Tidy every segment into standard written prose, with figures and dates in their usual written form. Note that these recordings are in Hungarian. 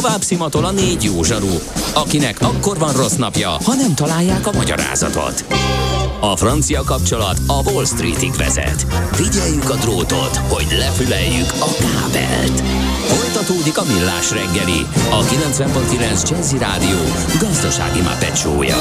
tovább szimatol a 4 jó zsaru, akinek akkor van rossz napja, ha nem találják a magyarázatot. A francia kapcsolat a Wall Streetig vezet. Figyeljük a drótot, hogy lefüleljük a kábelt. Folytatódik a Millás reggeli, a 90.9 Jazzy Rádió gazdasági Muppet show-ja.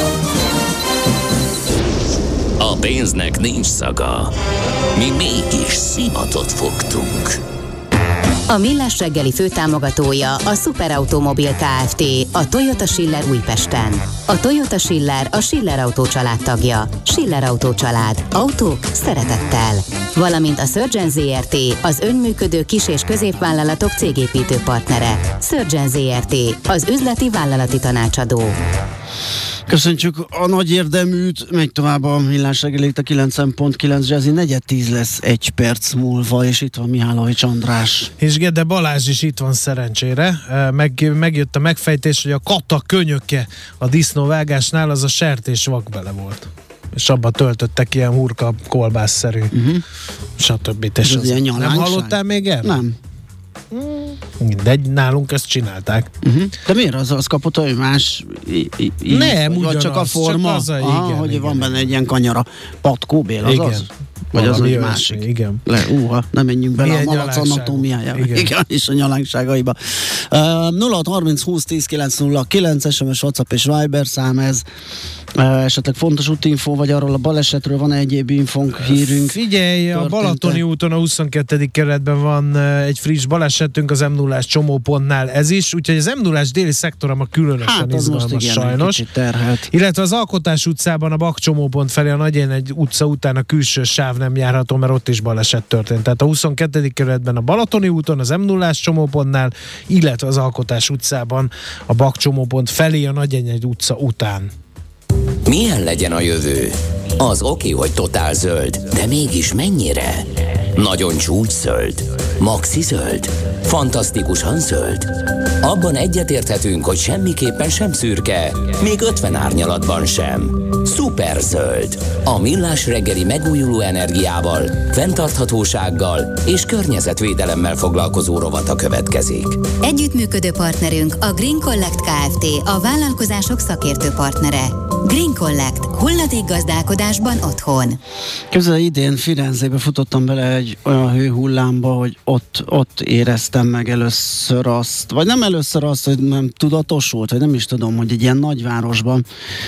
A pénznek nincs szaga. Mi mégis szimatot fogtunk. A Millás reggeli főtámogatója a Superautomobil Kft. A Toyota Schiller Újpesten. A Toyota Schiller a Schiller Autó család tagja. Schiller Autó család. Autók szeretettel. Valamint a Surgeon ZRT, az önműködő kis- és középvállalatok cégépítő partnere. Surgeon ZRT, az üzleti vállalati tanácsadó. Köszönjük a nagy érdeműt, megy tovább a Millás reggeli, a 90.9 Jazzy, 9:10 lesz 1 perc múlva, és itt van Mihálovics András. És Gede Balázs is itt van szerencsére. Megjött a megfejtés, hogy a kata könyöke a disznóvágásnál az a sertés vakbele volt. És abba töltöttek ilyen hurka kolbászszerű, stb. És nem hallottál még erről? Nem. De nálunk ezt csinálták. De miért az kapott, hogy más nem, vagy csak a forma, csak hogy igen, van benne egy ilyen kanyara patkóbél, az igen. az? Vagy az, hogy másik? Igen. Nem menjünk bele milyen a malac anatómiájába. Igen, és a nyalánkságaiba. 0630 20 10 909 SMS, WhatsApp és Viber szám ez. Esetleg fontos útinfó, vagy arról a balesetről van egyéb infónk, hírünk? Figyelj, a Balatoni úton a 22. kerületben van egy friss balesetünk, az M0-ás csomópontnál ez is, úgyhogy az M0-ás déli szektorama különösen izgalmas sajnos. Illetve az Alkotás utcában a Bak csomópont felé a Nagyénegy utca után a külső sáv nem járható, mert ott is baleset történt. Tehát a 22. kerületben a Balatoni úton, az M0-ás csomópontnál, illetve az Alkotás utcában a Bak csomópont felé a Nagyénegy utca után. Milyen legyen a jövő? Az oké, hogy totál zöld, de mégis mennyire? Nagyon csúcszöld? Maxi zöld? Fantasztikusan zöld? Abban egyetérthetünk, hogy semmiképpen sem szürke, még 50 árnyalatban sem. Szuper zöld. A Millás reggeli megújuló energiával, fenntarthatósággal és környezetvédelemmel foglalkozó rovata következik. Együttműködő partnerünk a Green Collect Kft. A vállalkozások szakértő partnere. Green Collect. Hulladékgazdálkodásban otthon. Közel idén Firenzébe futottam bele egy olyan hőhullámba, hogy ott éreztem meg először azt, vagy nem először azt, hogy nem tudatosult, vagy nem is tudom, hogy egy ilyen nagyvárosban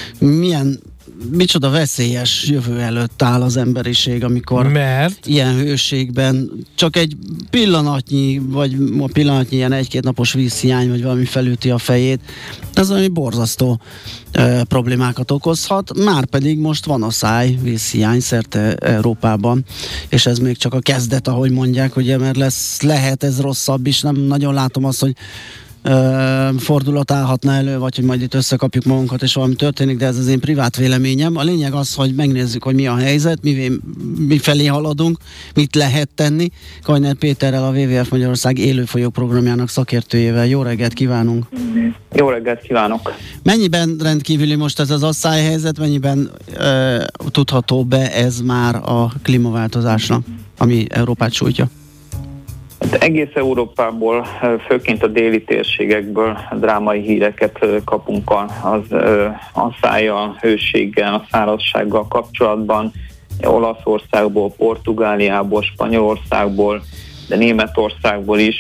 micsoda veszélyes jövő előtt áll az emberiség, amikor ilyen hőségben csak egy pillanatnyi ilyen 1-2 napos vízhiány, vagy valami felüti a fejét, ez valami borzasztó problémákat okozhat, márpedig most van a vízhiány szerte Európában, és ez még csak a kezdet, ahogy mondják, ugye, mert lehet ez rosszabb is, nem nagyon látom azt, hogy fordulat állhatna elő, vagy hogy majd itt összekapjuk magunkat, és valami történik, de ez az én privát véleményem. A lényeg az, hogy megnézzük, hogy mi a helyzet, mi felé haladunk, mit lehet tenni. Kajner Péterrel, a WWF Magyarország élőfolyók programjának szakértőjével. Jó reggelt kívánunk! Jó reggelt kívánok! Mennyiben rendkívüli most ez az asszályhelyzet, mennyiben tudható be ez már a klímaváltozásnak, ami Európát sújtja? Egész Európából, főként a déli térségekből drámai híreket kapunk az asszályjal, hőséggel, a szárazsággal kapcsolatban. Olaszországból, Portugáliából, Spanyolországból, de Németországból is,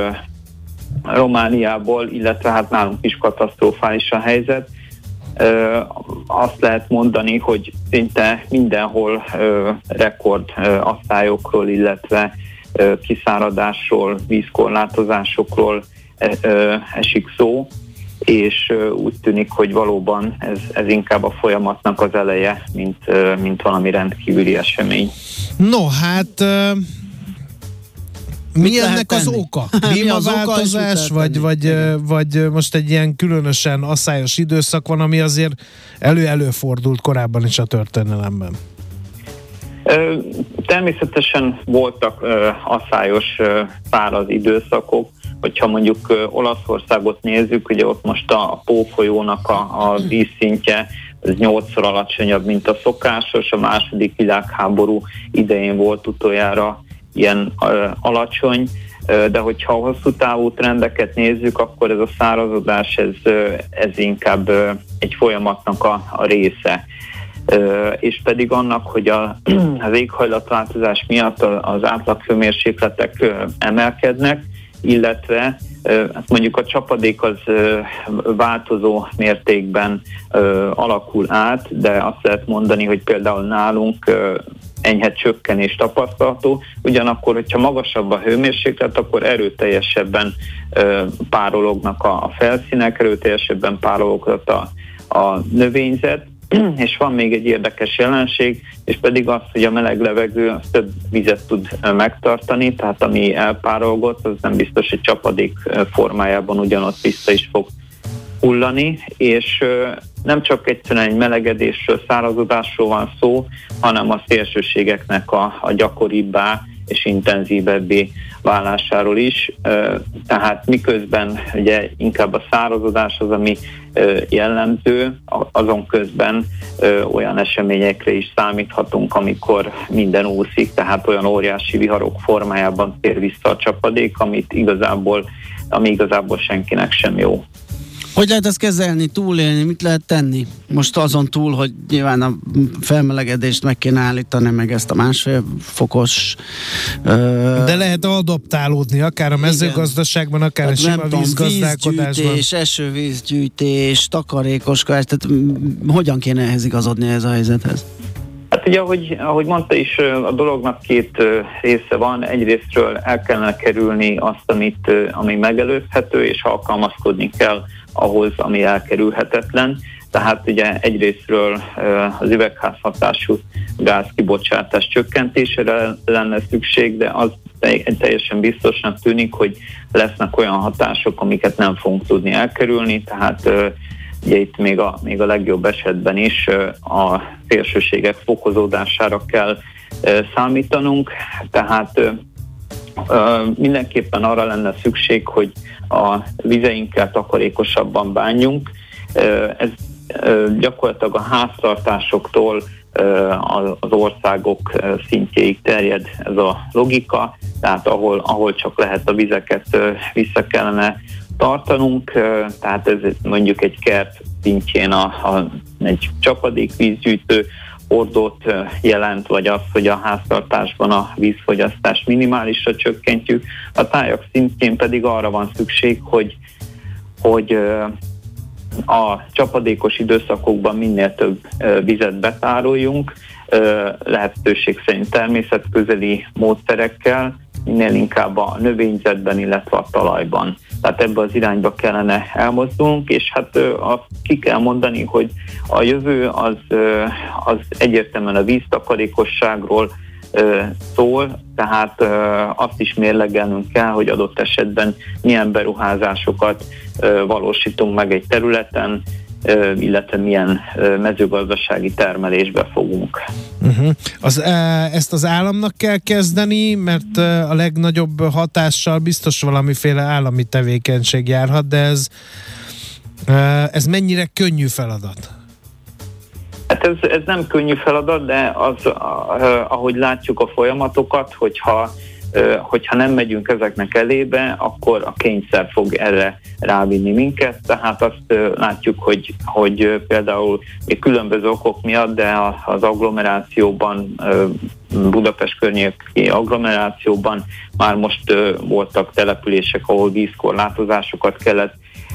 Romániából, illetve hát nálunk is katasztrofális a helyzet. Azt lehet mondani, hogy szinte mindenhol rekord asszályokról, illetve kiszáradásról, vízkorlátozásokról esik szó, és úgy tűnik, hogy valóban ez inkább a folyamatnak az eleje, mint valami rendkívüli esemény. No, hát mi ennek az oka? Klímaváltozás, vagy most egy ilyen különösen asszályos időszak van, ami azért előfordult korábban is a történelemben? Természetesen voltak asszályos száraz időszakok, hogyha mondjuk Olaszországot nézzük, ugye ott most a Pó folyónak a vízszintje 8-szor alacsonyabb, mint a szokásos, a második világháború idején volt utoljára ilyen alacsony. de hogyha hosszú távú trendeket nézzük, akkor ez a szárazodás, ez inkább egy folyamatnak a része. És pedig annak, hogy az éghajlatváltozás miatt az átlaghőmérsékletek emelkednek, illetve mondjuk a csapadék az változó mértékben alakul át, de azt lehet mondani, hogy például nálunk enyhe csökkenés tapasztalható, ugyanakkor, hogyha magasabb a hőmérséklet, akkor erőteljesebben párolognak a felszínek, erőteljesebben párologhat a növényzet, és van még egy érdekes jelenség, és pedig az, hogy a meleg levegő az több vizet tud megtartani, tehát ami elpárolgott, az nem biztos, hogy csapadék formájában ugyanott vissza is fog hullani, és nem csak egyszerűen egy melegedésről, szárazodásról van szó, hanem a szélsőségeknek a gyakoribbá és intenzívebbé válásáról is. Tehát miközben ugye inkább a szárazodás az, ami jellemző, azon közben olyan eseményekre is számíthatunk, amikor minden úszik, tehát olyan óriási viharok formájában tér vissza a csapadék, ami igazából senkinek sem jó. Hogy lehet ezt kezelni, túlélni, mit lehet tenni? Most azon túl, hogy nyilván a felmelegedést meg kéne állítani, meg ezt a 1,5 fokos... De lehet adaptálódni, akár a mezőgazdaságban, akár a sima vízgazdálkodásban. Vízgyűjtés, esővízgyűjtés, takarékoskodás, tehát hogyan kéne ehhez igazodni ez a helyzethez? Hát ugye, ahogy mondta is, a dolognak két része van. Egyrésztről el kellene kerülni azt, ami megelőzhető, és alkalmazkodni kell ahhoz, ami elkerülhetetlen. Tehát ugye egyrészről az üvegházhatású gáz kibocsátás csökkentésére lenne szükség, de az teljesen biztosnak tűnik, hogy lesznek olyan hatások, amiket nem fogunk tudni elkerülni, tehát ugye itt még a legjobb esetben is a szélsőségek fokozódására kell számítanunk, tehát mindenképpen arra lenne szükség, hogy a vizeinkkel takarékosabban bánjunk. Ez gyakorlatilag a háztartásoktól az országok szintjéig terjed ez a logika, tehát ahol csak lehet a vizeket vissza kellene tartanunk, tehát ez mondjuk egy kert szintjén egy csapadékvízgyűjtő hordót jelent, vagy az, hogy a háztartásban a vízfogyasztást minimálisra csökkentjük. A tájak szintjén pedig arra van szükség, hogy a csapadékos időszakokban minél több vizet betároljunk, lehetőség szerint természetközeli módszerekkel, minél inkább a növényzetben, illetve a talajban. Tehát ebbe az irányba kellene elmozdulnunk, és hát azt ki kell mondani, hogy a jövő az egyértelműen a víztakarékosságról szól, tehát azt is mérlegelnünk kell, hogy adott esetben milyen beruházásokat valósítunk meg egy területen, illetve milyen mezőgazdasági termelésbe fogunk. Ezt az államnak kell kezdeni, mert a legnagyobb hatással biztos valamiféle állami tevékenység járhat, de ez mennyire könnyű feladat? Hát ez nem könnyű feladat, de ahogy látjuk a folyamatokat, hogyha nem megyünk ezeknek elébe, akkor a kényszer fog erre rávinni minket. Tehát azt látjuk, hogy például különböző okok miatt, de az agglomerációban, Budapest környéki agglomerációban már most voltak települések, ahol vízkorlátozásokat kellett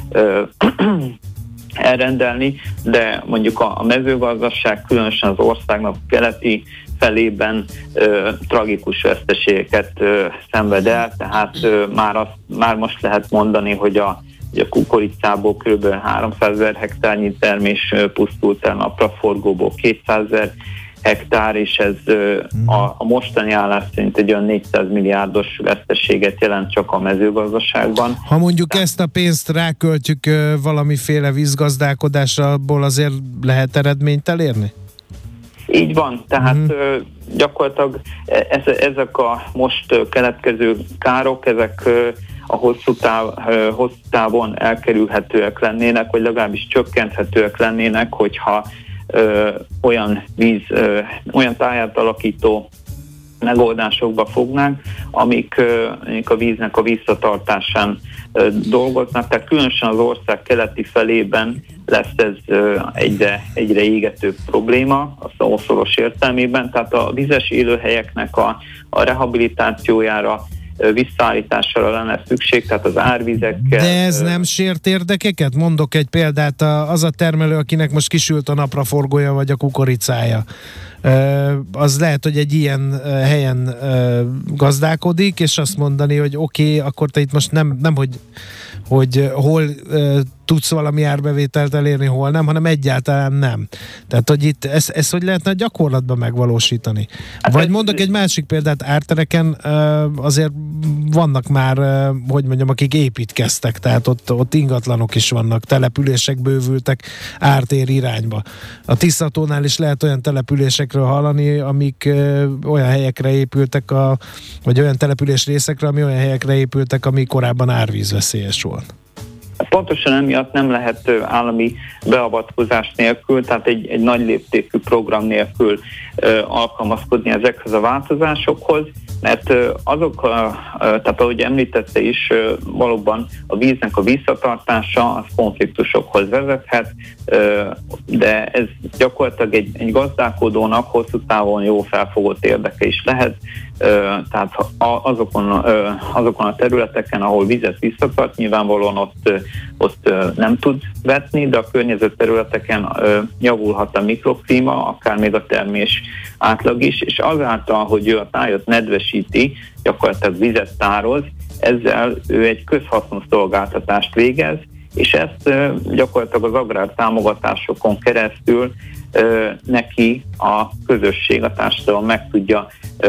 elrendelni, de mondjuk a mezőgazdaság, különösen az országnak keleti felében tragikus veszteségeket szenved el, tehát már most lehet mondani, hogy a kukoricából kb. 300 000 hektárnyi termés pusztult el, napraforgóból 200 000 hektár, és ez a mostani állás szerint egy olyan 400 milliárdos veszteséget jelent csak a mezőgazdaságban. Ha mondjuk ezt a pénzt ráköltjük valamiféle vízgazdálkodásra, abból azért lehet eredményt elérni? Így van, tehát gyakorlatilag ezek a most keletkező károk, ezek a hosszú távon elkerülhetőek lennének, vagy legalábbis csökkenthetőek lennének, hogyha olyan táját alakító megoldásokba fognánk, amik a víznek a visszatartásán dolgoznak, tehát különösen az ország keleti felében lesz ez egyre égetőbb probléma, a szószoros értelmében, tehát a vizes élőhelyeknek a rehabilitációjára, visszaállítására lenne szükség, tehát az árvizekkel... De ez nem sért érdekeket? Mondok egy példát, az a termelő, akinek most kisült a napraforgója vagy a kukoricája, az lehet, hogy egy ilyen helyen gazdálkodik, és azt mondani, hogy oké, akkor te itt most nem hogy hol tudsz valami árbevételt elérni, hol nem, hanem egyáltalán nem. Tehát, hogy itt ezt hogy lehetne a gyakorlatban megvalósítani? Vagy mondok egy másik példát, ártereken azért vannak már, hogy mondjam, akik építkeztek, tehát ott ingatlanok is vannak, települések bővültek ártér irányba. A Tiszatónál is lehet olyan településekről hallani, amik olyan helyekre épültek, vagy olyan település részekre, ami olyan helyekre épültek, ami korábban árvízveszélyes volt. Pontosan emiatt nem lehet állami beavatkozás nélkül, tehát egy nagy léptékű program nélkül alkalmazkodni ezekhez a változásokhoz, mert tehát ahogy említette is, valóban a víznek a visszatartása az konfliktusokhoz vezethet, de ez gyakorlatilag egy gazdálkodónak hosszú távon jó felfogott érdeke is lehet, tehát azokon a területeken, ahol vizet visszatart, nyilvánvalóan ott nem tud vetni, de a környező területeken javulhat a mikroklíma, akár még a termés átlag is, és azáltal, hogy ő a tájat nedvesíti, gyakorlatilag vizet tároz, ezzel ő egy közhasznos szolgáltatást végez, és ezt gyakorlatilag az agrártámogatásokon keresztül neki a közösség, a társadalom meg tudja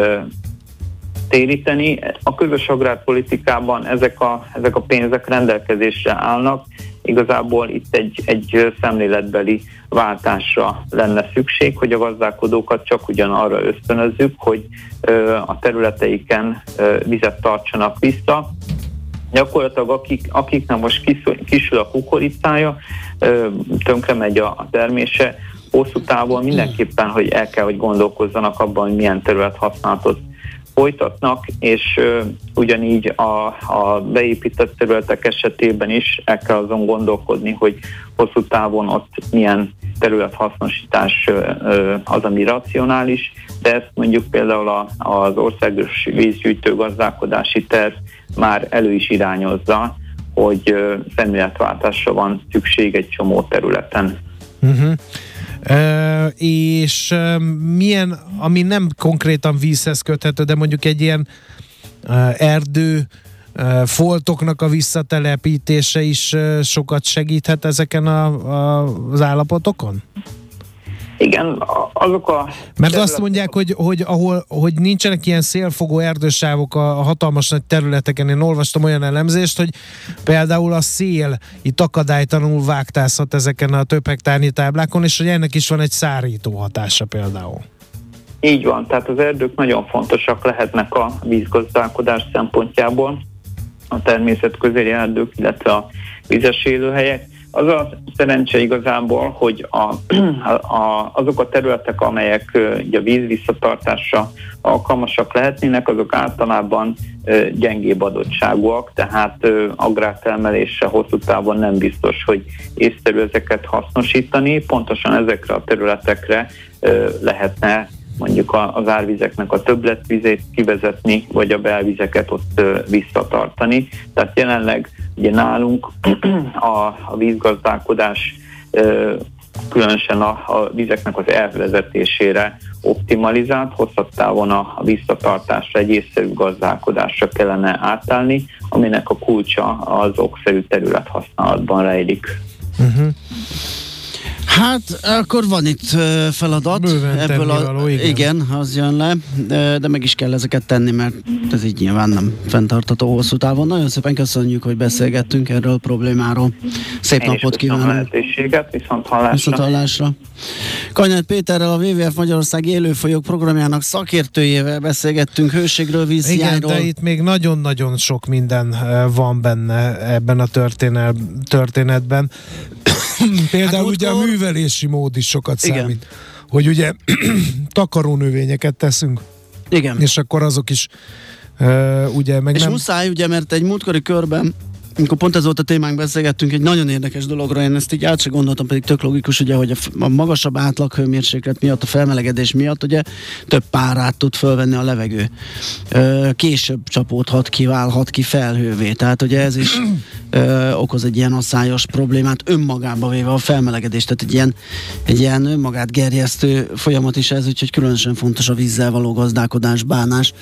téríteni. A közös agrárpolitikában ezek a pénzek rendelkezésre állnak. Igazából itt egy szemléletbeli váltásra lenne szükség, hogy a gazdálkodókat csak ugyanarra ösztönözzük, hogy a területeiken vizet tartsanak vissza. Gyakorlatilag akiknek most kisül a kukoricája, tönkre megy a termése, hosszú távon mindenképpen, hogy el kell, hogy gondolkozzanak abban, hogy milyen területhasználatot folytatnak, és ugyanígy a beépített területek esetében is el kell azon gondolkodni, hogy hosszú távon ott milyen területhasznosítás az, ami racionális, de ezt mondjuk például az országos vízgyűjtő gazdálkodási terv már elő is irányozza, hogy szemléletváltásra van szükség egy csomó területen. Uh-huh. És milyen, ami nem konkrétan vízhez köthető, de mondjuk egy ilyen erdő foltoknak a visszatelepítése is sokat segíthet ezeken az állapotokon? Igen, azok a... Mert azt mondják, hogy nincsenek ilyen szélfogó erdősávok a hatalmas nagy területeken. Én olvastam olyan elemzést, hogy például a szél itt akadálytalanul vágtázhat ezeken a több hektárnyi táblákon, és hogy ennek is van egy szárító hatása például. Így van, tehát az erdők nagyon fontosak lehetnek a vízgazdálkodás szempontjából, a természetközeli erdők, illetve a vizes élőhelyek. Az a szerencse igazából, hogy azok a területek, amelyek a víz visszatartásra alkalmasak lehetnének, azok általában gyengébb adottságúak, tehát agrártermelésre hosszú távon nem biztos, hogy észszerű ezeket hasznosítani. Pontosan ezekre a területekre lehetne mondjuk az árvizeknek a többletvizét kivezetni, vagy a belvizeket ott visszatartani. Tehát jelenleg ugye nálunk a vízgazdálkodás különösen a vizeknek az elvezetésére optimalizált, hosszabb távon a visszatartásra, egy észszerű gazdálkodásra kellene átállni, aminek a kulcsa az okszerű területhasználatban rejlik. Uh-huh. Hát, akkor van itt feladat. Bőven ebből igen, az jön le, de meg is kell ezeket tenni, mert ez így nyilván nem fenntartható hosszú távon. Nagyon szépen köszönjük, hogy beszélgettünk erről a problémáról. Szép napot kívánok! Viszont hallásra! Kanyát Péterrel, a WWF Magyarország élőfolyók programjának szakértőjével beszélgettünk hőségről, vízhiányról. Igen, de itt még nagyon-nagyon sok minden van benne ebben a történetben. Például ugye a művelési mód is sokat számít. Hogy ugye takarónövényeket teszünk Igen. És akkor azok is ugye meg és nem... muszáj, ugye, mert egy múltkori körben, amikor pont ez volt a témánk, beszélgettünk egy nagyon érdekes dologra, én ezt így át sem gondoltam, pedig tök logikus, ugye, hogy a magasabb átlaghőmérséklet miatt, a felmelegedés miatt ugye több párát tud fölvenni a levegő. Később csapódhat ki, válhat ki felhővé, tehát ugye ez is okoz egy ilyen asszályos problémát önmagába véve a felmelegedés, tehát egy ilyen önmagát gerjesztő folyamat is ez, úgyhogy különösen fontos a vízzel való gazdálkodás, bánás.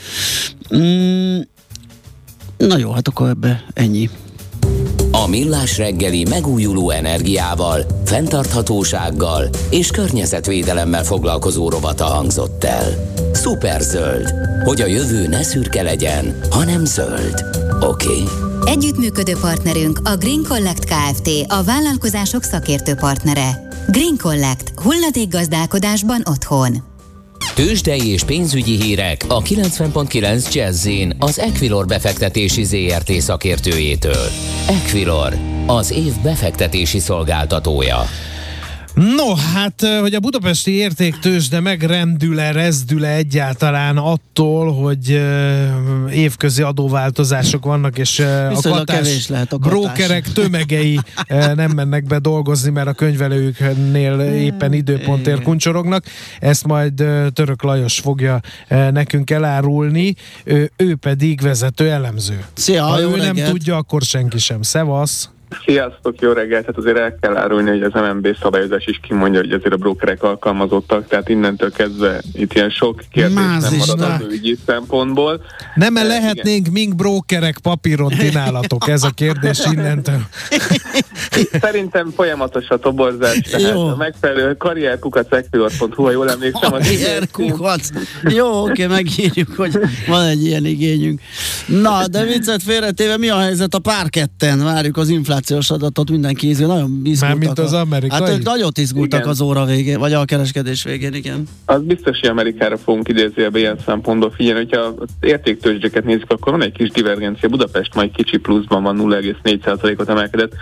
Na jó, hát akkor ebbe ennyi. A Millás reggeli megújuló energiával, fenntarthatósággal és környezetvédelemmel foglalkozó rovata hangzott el. Szuperzöld, hogy a jövő ne szürke legyen, hanem zöld. Oké? Együttműködő partnerünk a Green Collect Kft. A vállalkozások szakértő partnere. Green Collect. Hulladékgazdálkodásban otthon. Tőzsdei és pénzügyi hírek a 90.9 Jazz-in az Equilor befektetési ZRT szakértőjétől. Equilor, az év befektetési szolgáltatója. No, hát, hogy a budapesti értéktőzsde megrendül-e, rezdül-e egyáltalán attól, hogy évközi adóváltozások vannak, és a brókerek tömegei nem mennek be dolgozni, mert a könyvelőknél éppen időpontért kuncsorognak. Ezt majd Török Lajos fogja nekünk elárulni, ő pedig vezető elemző. Szia, ha ő reggelt. Nem tudja, akkor senki sem. Szevasz! Sziasztok, jó reggelt! Hát azért el kell árulni, hogy az MNB szabályozás is kimondja, hogy azért a brókerek alkalmazottak, tehát innentől kezdve itt ilyen sok kérdés nem marad az ügyi szempontból. Nem lehetnénk mink brókerek papíron tinálatok? Ez a kérdés innentől. Szerintem folyamatos a toborzás, tehát a megfelelő karrierkukac.equilor.hu, ha jól emlékszem. Karrierkukac! Jó, oké, megírjuk, hogy van egy ilyen igényünk. Na, de viccet félretéve, mi a helyzet a párketten? Várjuk az inflációs adatot, mindenki nagyon izgultak. Mármint az amerikai? Hát ők nagyon izgultak, igen, az óra végén, vagy a kereskedés végén, igen. Az biztos, hogy Amerikára fogunk idézőjelbe ilyen szempontból figyelni, hogyha az értéktőzsdéket nézzük, akkor van egy kis divergencia. Budapest majd kicsi pluszban van, 0,4%-ot emelkedett,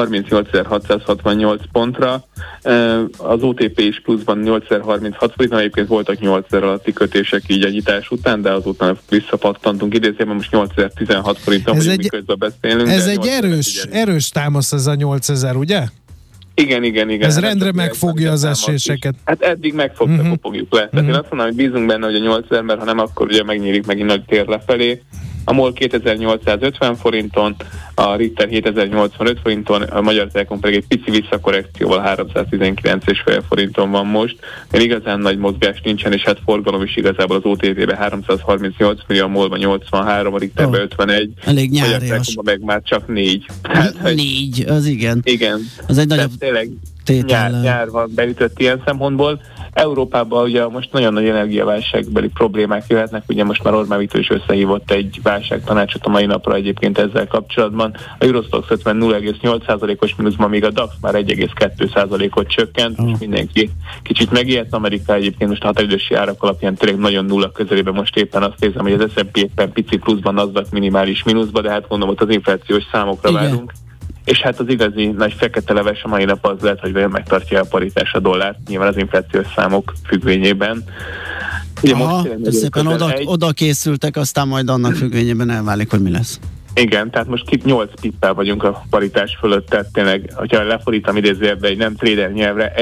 38.668 pontra. Az OTP is pluszban 8.036 forint, egyébként voltak 8.000 alatti kötések így a nyitás után, de azután visszapattantunk idézőjelben, most 8.016 forinton vagyunk, miközben beszélünk. Ez egy erős támasz ez a 8000, ugye? Igen. Ez rendre megfogja az eséseket. Hát eddig megfogta, kopogjuk le. Tehát én azt mondom, hogy bízunk benne, hogy a 8000, mert ha nem, akkor ugye megnyílik megint nagy tér lefelé. A MOL 2850 forinton, a Richter 7085 forinton, a Magyar Telekom pedig egy pici visszakorrekcióval 319,5 forinton van most. Én igazán nagy mozgás nincsen, és hát forgalom is igazából az OTP-be 338 millió, a MOL-ban 83, a Richterbe 51. Elég nyárias. A Magyar Telekomban meg már csak 4. 4, az igen. Igen. Az egy nagyobb nyár van beütött ilyen szempontból. Európában ugye most nagyon nagy energiaválságbeli problémák jöhetnek, ugye most már Orbán Viktor is összehívott egy válságtanácsot a mai napra egyébként ezzel kapcsolatban. A Eurostoxx 50 0,8%-os mínuszban, míg a DAX már 1,2%-ot csökkent, és mindenki kicsit megijedt. Amerika egyébként most a határidősi árak alapján tényleg nagyon nulla közelében, most éppen azt nézem, hogy az S&P éppen pici pluszban, Nasdaq minimális mínuszban, de hát mondom, ott az inflációs számokra várunk. És hát az igazi nagy fekete leves a mai nap az lehet, hogy megtartja a paritás a dollárt, nyilván az inflációs számok függvényében. Ugye most szépen oda készültek, aztán majd annak függvényében elválik, hogy mi lesz. Igen, tehát most 8 pippel vagyunk a paritás fölött, tehát tényleg, hogyha lefordítom idézőjelbe egy nem trader nyelvre,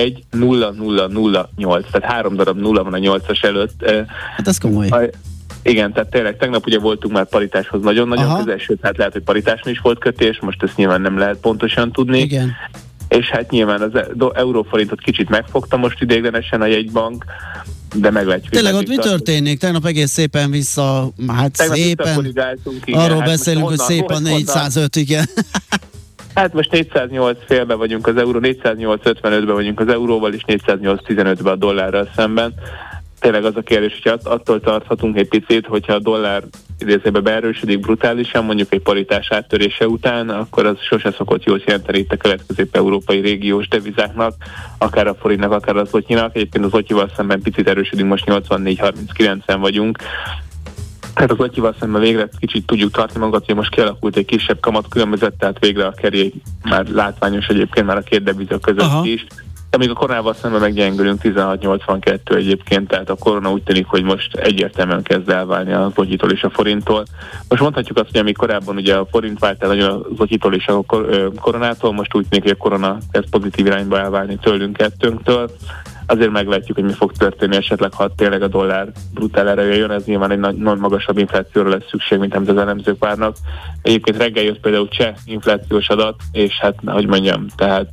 1,0008, tehát 3 darab 0 van a 8-as előtt. Hát ez komoly. Igen, tehát tényleg tegnap ugye voltunk már paritáshoz nagyon-nagyon közel, sőt, hát lehet, hogy paritásban is volt kötés, most ezt nyilván nem lehet pontosan tudni. Igen. És hát nyilván az euróforintot kicsit megfogta most ideiglenesen a jegybank, de meglátjuk. Tényleg ott mi történik? Tegnap egész szépen vissza, hát tegnap szépen, igen, arról beszélünk, hogy szépen 405, igen. Hát most 408 félbe vagyunk az euró, 408.55-ben vagyunk az euróval, és 408.15-ben a dollárral szemben. Tényleg az a kérdés, hogy attól tarthatunk egy picit, hogyha a dollár idézőben beerősödik brutálisan, mondjuk egy paritás áttörése után, akkor az sose szokott jót jelenteni itt a kelet-közép-európai régiós devizáknak, akár a forintnak, akár az zlotyinak. Egyébként az zlotyival szemben picit erősödünk, most 84-39-en vagyunk. Tehát az zlotyival szemben végre kicsit tudjuk tartani magunkat, hogy most kialakult egy kisebb kamatkülönbözet, tehát végre a keré már látványos egyébként már a két deviza között is. Amíg a koronával szemben meggyengülünk 16,82 egyébként, tehát a korona úgy tűnik, hogy most egyértelműen kezd elválni a zlotyitól és a forinttól. Most mondhatjuk azt, hogy amíg korábban ugye a forint vált el nagyon a zlotyitól és a koronától, most úgy tűnik, hogy a korona kezd pozitív irányba elválni tőlünk kettőnktől. Azért meglátjuk, hogy mi fog történni esetleg, ha tényleg a dollár brutál erejű jön, ez nyilván egy nagy magasabb inflációra lesz szükség, mint amit az elemzők várnak. Egyébként reggel jött például cseh inflációs adat, és hát, hogy mondjam, tehát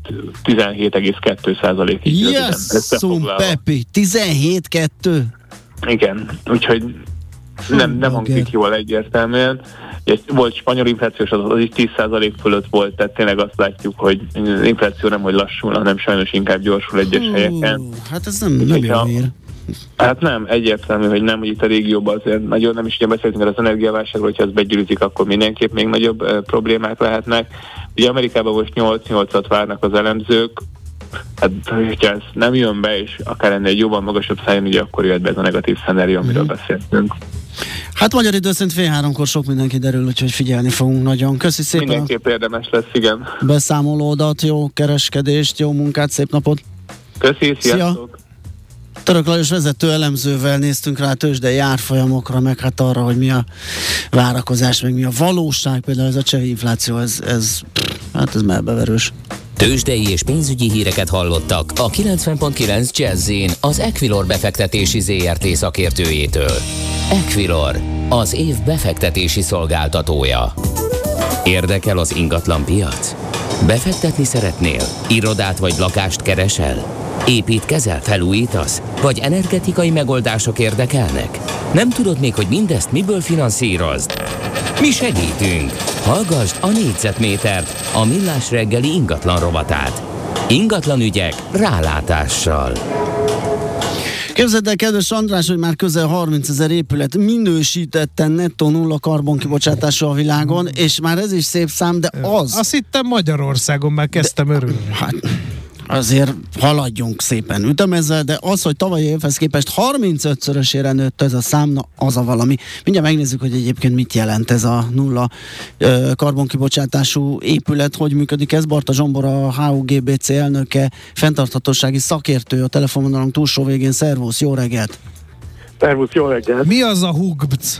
17,2%-ig. Jesszum, Pepi, 17,2? Igen, úgyhogy nem hangzik jól egyértelműen. Volt spanyol inflációs adat, az is 10% fölött volt, tehát tényleg azt látjuk, hogy az infláció nem hogy lassul, hanem sajnos inkább gyorsul egyes helyeken. Hát ez nem jó hír. Hát nem, egyértelmű, hogy nem, hogy itt a régióban azért nagyon nem is ugye beszéltünk az energiaválságról, hogyha ez begyűrűzik, akkor mindenképp még nagyobb problémák lehetnek. Ugye Amerikában most 8-8-at várnak az elemzők, hát hogyha ez nem jön be, és akár ennél egy jobban magasabb szájon, ugye akkor jött be ez a negatív szenárió, amiről beszéltünk. Hát magyar idő szerint 14:30 sok mindenki derül, úgyhogy figyelni fogunk nagyon. Köszi szépen. Mindenképp érdemes lesz, igen. Beszámolódat, jó kereskedést, jó munkát, szép napot. Köszi, sziasztok. Török Lajos vezető elemzővel néztünk rá a tőzsdei árfolyamokra, meg hát arra, hogy mi a várakozás, meg mi a valóság. Például ez a cseh infláció, ez melbeverős. Tőzsdei és pénzügyi híreket hallottak a 90.9 Jazz-in az Equilor befektetési ZRT szakértőjétől. Equilor, az év befektetési szolgáltatója. Érdekel az ingatlan piac? Befektetni szeretnél? Irodát vagy lakást keresel? Építkezel, felújítasz? Vagy energetikai megoldások érdekelnek? Nem tudod még, hogy mindezt miből finanszírozd? Mi segítünk! Hallgasd a Négyzetmétert, a Millás reggeli ingatlan rovatát. Ingatlan ügyek rálátással. Képzeld el, kedves András, hogy már közel 30 000 épület minősítetten nettó nulla karbonkibocsátású a világon, és már ez is szép szám, de az... Azt hittem Magyarországon már kezdtem örülni. Hát, azért haladjunk szépen ütemezzel, de az, hogy tavalyi évhez képest 35-szörösére nőtt ez a szám, na az a valami. Mindjárt megnézzük, hogy egyébként mit jelent ez a nulla karbonkibocsátású épület, hogy működik ez. Barta Zsombor, a HUGBC elnöke, fenntarthatósági szakértő a telefonvonalunk túlsó végén. Szervusz, jó reggelt! Szervusz, jó reggelt! Mi az a HUGBC?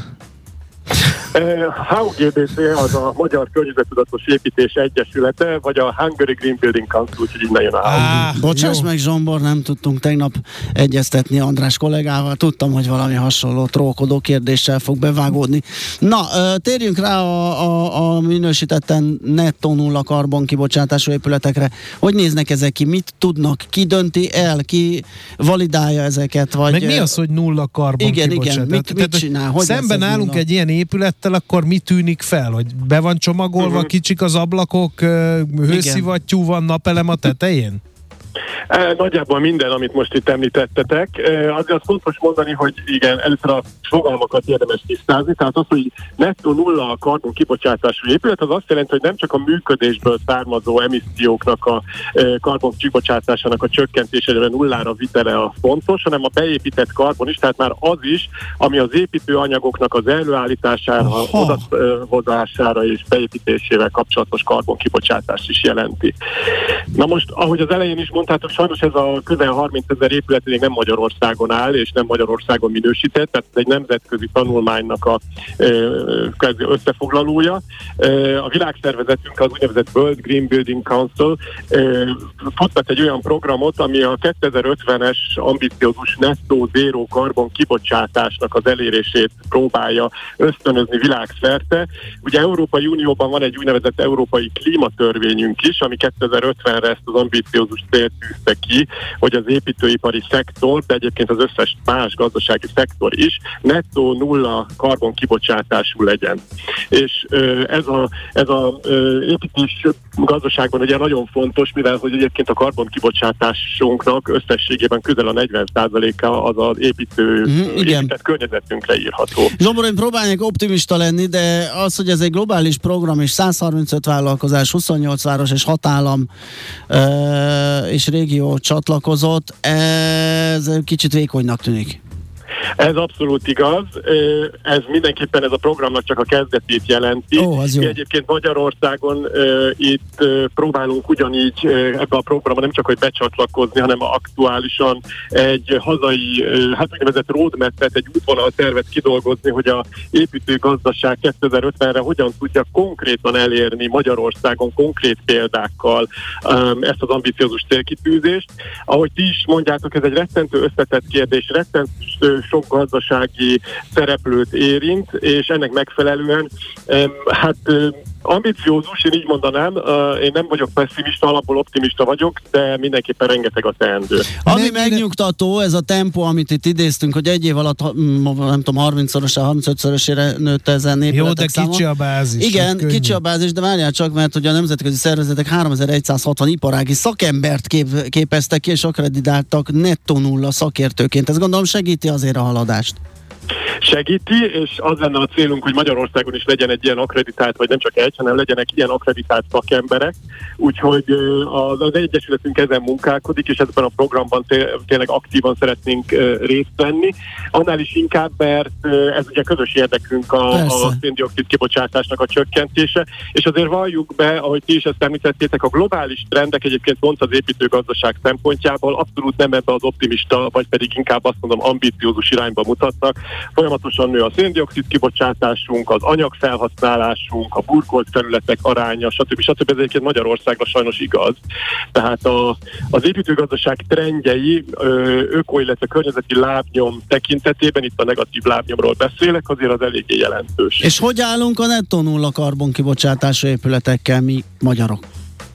HUGBC az a Magyar Környezettudatos Építés Egyesülete, vagy a Hungary Green Building Council, úgyhogy innen jön a Bocsáss meg, Zsombor, nem tudtunk tegnap egyeztetni András kollégával, tudtam, hogy valami hasonló trókodó kérdéssel fog bevágódni. Na, térjünk rá a minősítetten nettó nulla karbonkibocsátású épületekre. Hogy néznek ezek ki? Mit tudnak? Ki dönti el? Ki validálja ezeket? Vagy meg mi az, hogy nulla karbonkibocsátás? Igen, mit csinál? Hogy szemben állunk egy ilyen épülettel, akkor mi tűnik fel? Hogy be van csomagolva, kicsik az ablakok, hőszivattyú van, napelem a tetején? Nagyjából minden, amit most itt említettetek. Azért fontos mondani, hogy igen, először a fogalmakat érdemes tisztázni, tehát az, hogy nettó nulla a karbon kibocsátású épület, az azt jelenti, hogy nem csak a működésből származó emisszióknak a karbon kibocsátásának a csökkentésére, nullára vitele a fontos, hanem a beépített karbon is, tehát már az is, ami az építőanyagoknak az előállítására, odahozására és beépítésével kapcsolatos karbon kibocsátást is jelenti. Na most, ahogy az elején is mondtátok, sajnos ez a közel 30 000 épület még nem Magyarországon áll, és nem Magyarországon minősített, tehát ez egy nemzetközi tanulmánynak a összefoglalója. A világszervezetünk, az úgynevezett World Green Building Council futtat egy olyan programot, ami a 2050-es ambiciózus nettó zéró karbon kibocsátásnak az elérését próbálja ösztönözni világszerte. Ugye Európai Unióban van egy úgynevezett európai klímatörvényünk is, ami 2050-re ezt az ambiciózus célt tűzte ki, hogy az építőipari szektor, de egyébként az összes más gazdasági szektor is nettó nulla karbon kibocsátású legyen. És ez a építés gazdaságban ugye nagyon fontos, mivel hogy egyébként a karbon kibocsátásunknak összességében közel a 40%-a az az épített környezetünkre írható. Zsombor, én próbálnék optimista lenni, de az, hogy ez egy globális program, és 135 vállalkozás, 28 város és 6 állam és régió csatlakozott, ez kicsit vékonynak tűnik. Ez abszolút igaz. Ez mindenképpen ez a programnak csak a kezdetét jelenti. Mi egyébként Magyarországon itt próbálunk ugyanígy ebbe a programba nem csak hogy becsatlakozni, hanem aktuálisan egy hazai, úgynevezett roadmap-et, egy útvonaltervet kidolgozni, hogy a építőgazdaság 2050-re hogyan tudja konkrétan elérni Magyarországon konkrét példákkal ezt az ambiciózus célkitűzést. Ahogy ti is mondjátok, ez egy rettentő összetett kérdés, rettentő sok gazdasági szereplőt érint, és ennek megfelelően ambiciózus, én így mondanám, én nem vagyok pessimista, alapból optimista vagyok, de mindenképpen rengeteg a teendő. Ami megnyugtató, ez a tempó, amit itt idéztünk, hogy egy év alatt, nem tudom, 30-szorosra, 35-szörösére nőtt ezen épületek száma. Jó, de kicsi a bázis. Igen, kicsi a bázis, de várjál csak, mert ugye a nemzetközi szervezetek 3160 iparági szakembert képeztek ki, és akreditáltak nettó nulla szakértőként. Ez gondolom segíti azért a haladást. Segíti, és az lenne a célunk, hogy Magyarországon is legyen egy ilyen akkreditált, vagy nem csak egy, hanem legyenek ilyen akkreditált szakemberek, úgyhogy az egyesületünk ezen munkálkodik, és ebben a programban tényleg aktívan szeretnénk részt venni. Annál is inkább, mert ez ugye közös érdekünk a szén-dioxid kibocsátásnak a csökkentése, és azért valljuk be, ahogy ti is ezt említettétek, a globális trendek egyébként pont az építőgazdaság szempontjából abszolút nem ebbe az optimista, vagy pedig inkább azt mondom ambiciózus irányba mutatnak. Folyamatosan nő a szén-dioxid kibocsátásunk, az anyagfelhasználásunk, a burkolt felületek aránya, stb. Ez egyébként Magyarországra sajnos igaz. Tehát az építőgazdaság trendjei öko, illetve környezeti lábnyom tekintetében, itt a negatív lábnyomról beszélek, azért az eléggé jelentős. És hogy állunk a nettó nulla karbonkibocsátású épületekkel mi magyarok?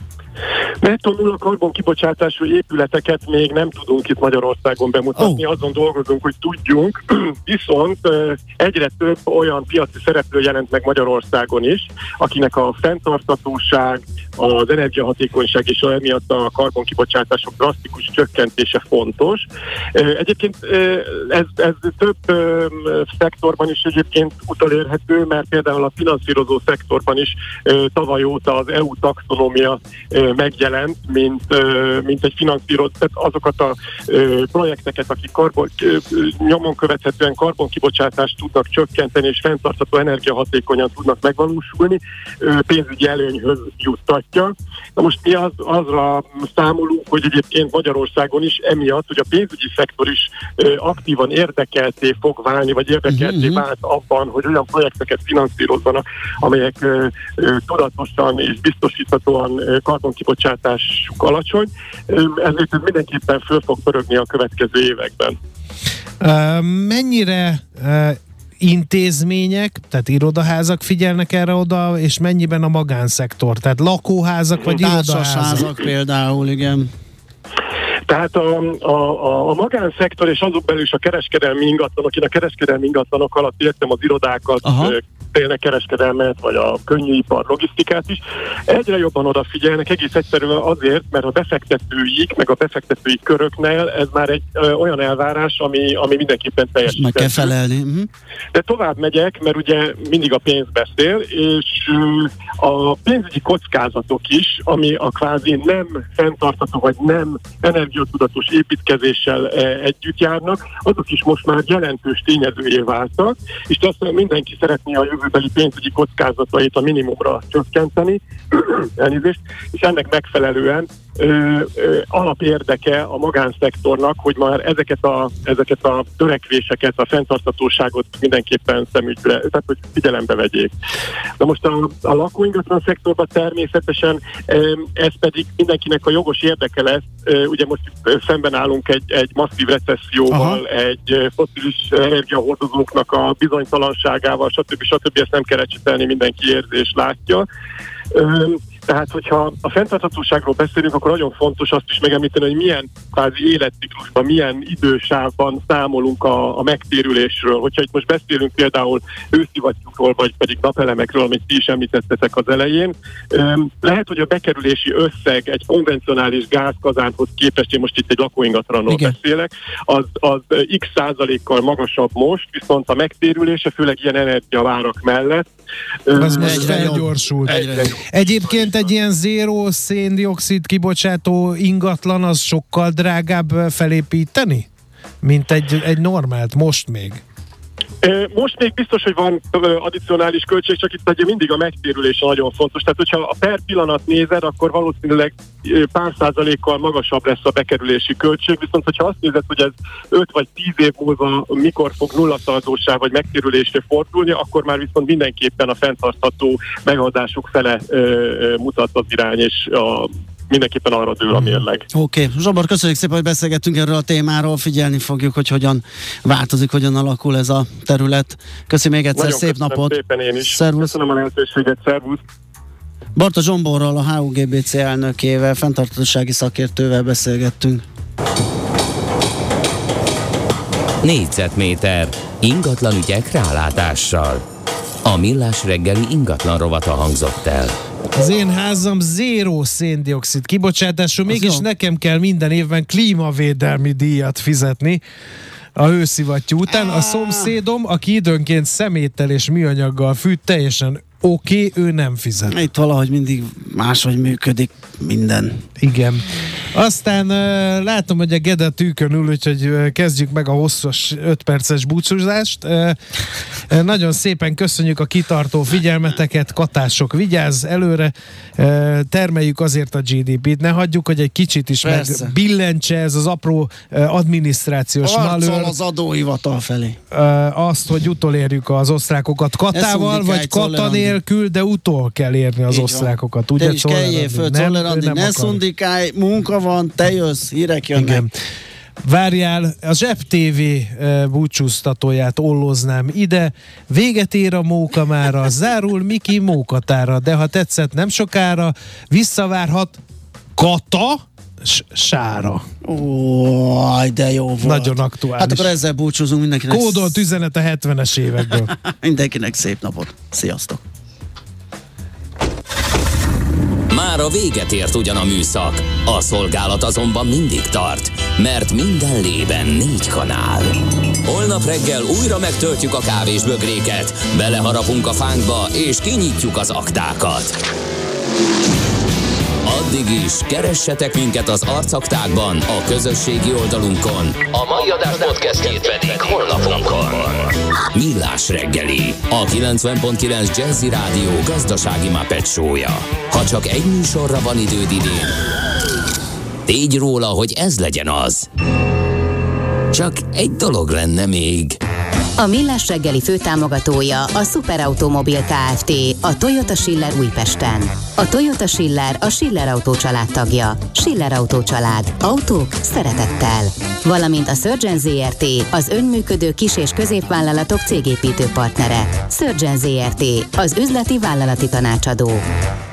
Nettó nulla karbonkibocsátású épületeket még nem tudunk itt Magyarországon bemutatni, azon dolgozunk, hogy tudjunk, viszont egyre több olyan piaci szereplő jelent meg Magyarországon is, akinek a fenntarthatóság, az energiahatékonyság és emiatt a karbonkibocsátások drasztikus csökkentése fontos. Egyébként ez több szektorban is egyébként utolérhető, mert például a finanszírozó szektorban is tavaly óta az EU taxonómia megjelent, mint egy finanszírozó, tehát azokat a projekteket, akik nyomon követhetően karbonkibocsátást tudnak csökkenteni és fenntartható energiahatékonyan tudnak megvalósulni, pénzügyi előnyhöz juttatja. Na most mi azra számolunk, hogy egyébként Magyarországon is emiatt, hogy a pénzügyi szektor is aktívan érdekelté fog válni, vagy érdekelté vált abban, hogy olyan projekteket finanszírozzanak, amelyek tudatosan és biztosíthatóan karbonkibocsátásuk alacsony. Ezért ez mindenképpen föl fog pörögni a következő években. Mennyire intézmények, tehát irodaházak figyelnek erre oda, és mennyiben a magánszektor? Tehát lakóházak vagy irodaházak? Például, igen. Tehát a magánszektor és azok belül is a kereskedelmi ingatlanok, én a kereskedelmi ingatlanok alatt értem az irodákat, tényleg kereskedelmet, vagy a könnyűipar, logisztikát is, egyre jobban odafigyelnek, egész egyszerűen azért, mert a befektetőik, meg a befektetői köröknél ez már egy olyan elvárás, ami mindenképpen teljesíthető. Meg kell felelni. De tovább megyek, mert ugye mindig a pénz beszél, és a pénzügyi kockázatok is, ami a kvázi nem fenntartható, vagy nem energiatudatos építkezéssel együtt járnak, azok is most már jelentős tényezőjé váltak, és azt mindenki szeretné a jövőbeli pénzügyi kockázatait a minimumra csökkenteni, elnézést, és ennek megfelelően alapérdeke a magánszektornak, hogy már ezeket a törekvéseket, a fenntarthatóságot mindenképpen szemügyre, tehát hogy figyelembe vegyék. Na most a lakóingatlan szektorban természetesen ez pedig mindenkinek a jogos érdeke lesz. Ugye most szemben állunk egy masszív recesszióval, egy fosszilis energiahordozóknak a bizonytalanságával, stb. Ezt nem kell ecsetelni, mindenki érzi és látja. Tehát, hogyha a fenntarthatóságról beszélünk, akkor nagyon fontos azt is megemlíteni, hogy milyen kvázi életciklusban, milyen idősávban számolunk a megtérülésről. Hogyha itt most beszélünk például hőszivattyúkról, vagy pedig napelemekről, amit ti is említettetek az elején, lehet, hogy a bekerülési összeg egy konvencionális gázkazánhoz képest, én most itt egy lakóingatlanról beszélek, az x százalékkal magasabb most, viszont a megtérülése, főleg ilyen energiavárak mellett, az most felgyorsult. Egyébként egy ilyen zéró szén-dioxid kibocsátó ingatlan az sokkal drágább felépíteni? mint egy normált, most még? Most még biztos, hogy van addicionális költség, csak itt ugye mindig a megtérülés nagyon fontos. Tehát, hogyha a per pillanat nézed, akkor valószínűleg pár százalékkal magasabb lesz a bekerülési költség, viszont hogyha azt nézed, hogy ez 5 vagy 10 év múlva mikor fog nullaszaldósá vagy megtérülésre fordulni, akkor már viszont mindenképpen a fenntartható megoldások fele mutat az irány, és mindenképpen arra dől a mérleg. Oké. Zsombor, köszönjük szépen, hogy beszélgettünk erről a témáról, figyelni fogjuk, hogy hogyan változik, hogyan alakul ez a terület. Köszönjük még egyszer, nagyon szép napot! Szépen én is. Szervusz. Köszönöm a lehetőséget, szervusz! Barta Zsomborral, a HUGBC elnökével, fenntarthatósági szakértővel beszélgettünk. Négyzetméter ingatlan ügyek rálátással. A Millás reggeli ingatlan rovata hangzott el. Az én házam zéró széndioxid kibocsátású, mégis nekem kell minden évben klímavédelmi díjat fizetni a hőszivattyú után. A szomszédom, aki időnként szeméttel és műanyaggal fűt, teljesen oké, ő nem fizet. Itt valahogy mindig máshogy működik minden. Igen. Aztán látom, hogy a Gede tűkön ül, úgyhogy kezdjük meg a hosszas 5 perces búcsúzást. Nagyon szépen köszönjük a kitartó figyelmeteket, katások, vigyázz előre, termeljük azért a GDP-t, ne hagyjuk, hogy egy kicsit is megbillentse ez az apró adminisztrációs malőr. Az adóhivatal felé. Azt, hogy utolérjük az osztrákokat katával, vagy kata nélkül, de utol kell érni az osztrákokat. Ugye, te is kelljél föl, Czollerandi, ne szundikálj, munka van, te jössz, hírek jönnek. Igen. Várjál, a Zseb TV búcsúztatóját olloznám ide. Véget ér a mókamára, zárul Miki mókatára, de ha tetszett, nem sokára visszavárhat Kata sára. Ó, de jó volt. Nagyon aktuális. Hát akkor ezzel búcsúzunk mindenkinek. Kódolt üzenet a 70-es évekből. Mindenkinek szép napot. Sziasztok. Már a véget ért ugyan a műszak, a szolgálat azonban mindig tart, mert minden lében 4 kanál. Holnap reggel újra megtöltjük a kávésbögréket, beleharapunk a fánkba és kinyitjuk az aktákat. Addig is keressetek minket az arcaktákban, a közösségi oldalunkon. A mai adás podcastjét pedig honlapunkon. Millás reggeli, a 90.9 Jazzy Rádió gazdasági Muppet show-ja. Ha csak egy műsorra van időd idén, tégy róla, hogy ez legyen az. Csak egy dolog lenne még. A Millás reggeli főtámogatója a Superautomobil Kft. A Toyota Schiller Újpesten. A Toyota Schiller a Schiller Autó család tagja. Schiller Autó család. Autók szeretettel. Valamint a Surgeon ZRT, az önműködő kis- és középvállalatok cégépítő partnere. Surgeon ZRT, az üzleti vállalati tanácsadó.